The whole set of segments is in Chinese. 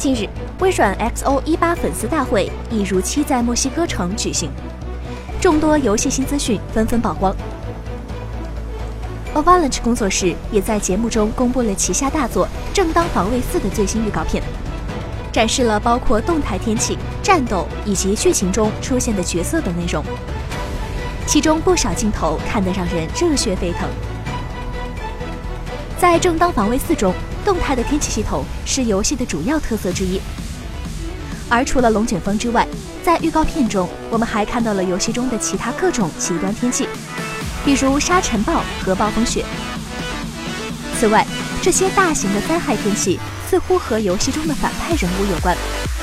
近日，微软 XO18 粉丝大会已如期在墨西哥城举行，众多游戏新资讯纷纷曝光。Avalanche 工作室也在节目中公布了旗下大作《正当防卫4》的最新预告片，展示了包括动态天气、战斗以及剧情中出现的角色等内容，其中不少镜头看得让人热血沸腾。在《正当防卫4》中，动态的天气系统是游戏的主要特色之一。而除了龙卷风之外，在预告片中，我们还看到了游戏中的其他各种极端天气，比如沙尘暴和暴风雪。此外，这些大型的灾害天气似乎和游戏中的反派人物有关。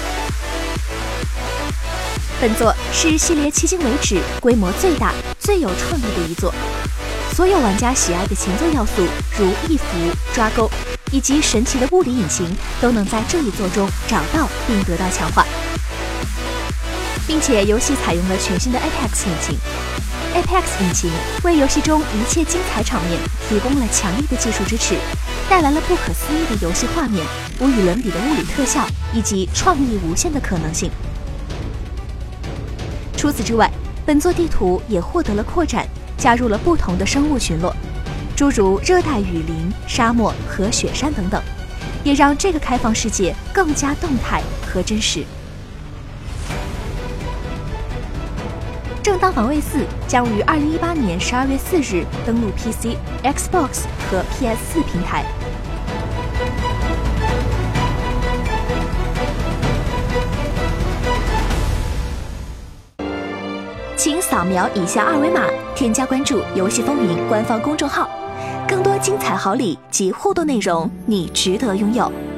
本作是系列迄今为止规模最大、最有创意的一作。所有玩家喜爱的前作要素，如异服、抓钩以及神奇的物理引擎，都能在这一作中找到并得到强化。并且游戏采用了全新的 Apex 引擎。Apex 引擎为游戏中一切精彩场面提供了强力的技术支持，带来了不可思议的游戏画面、无与伦比的物理特效以及创意无限的可能性。除此之外，本作地图也获得了扩展，加入了不同的生物群落，诸如热带雨林、沙漠和雪山等等，也让这个开放世界更加动态和真实。正当防卫4将于2018年12月4日登陆 PC、Xbox 和 PS4 平台。请扫描以下二维码，添加关注“游戏风云”官方公众号，更多精彩好礼及互动内容，你值得拥有。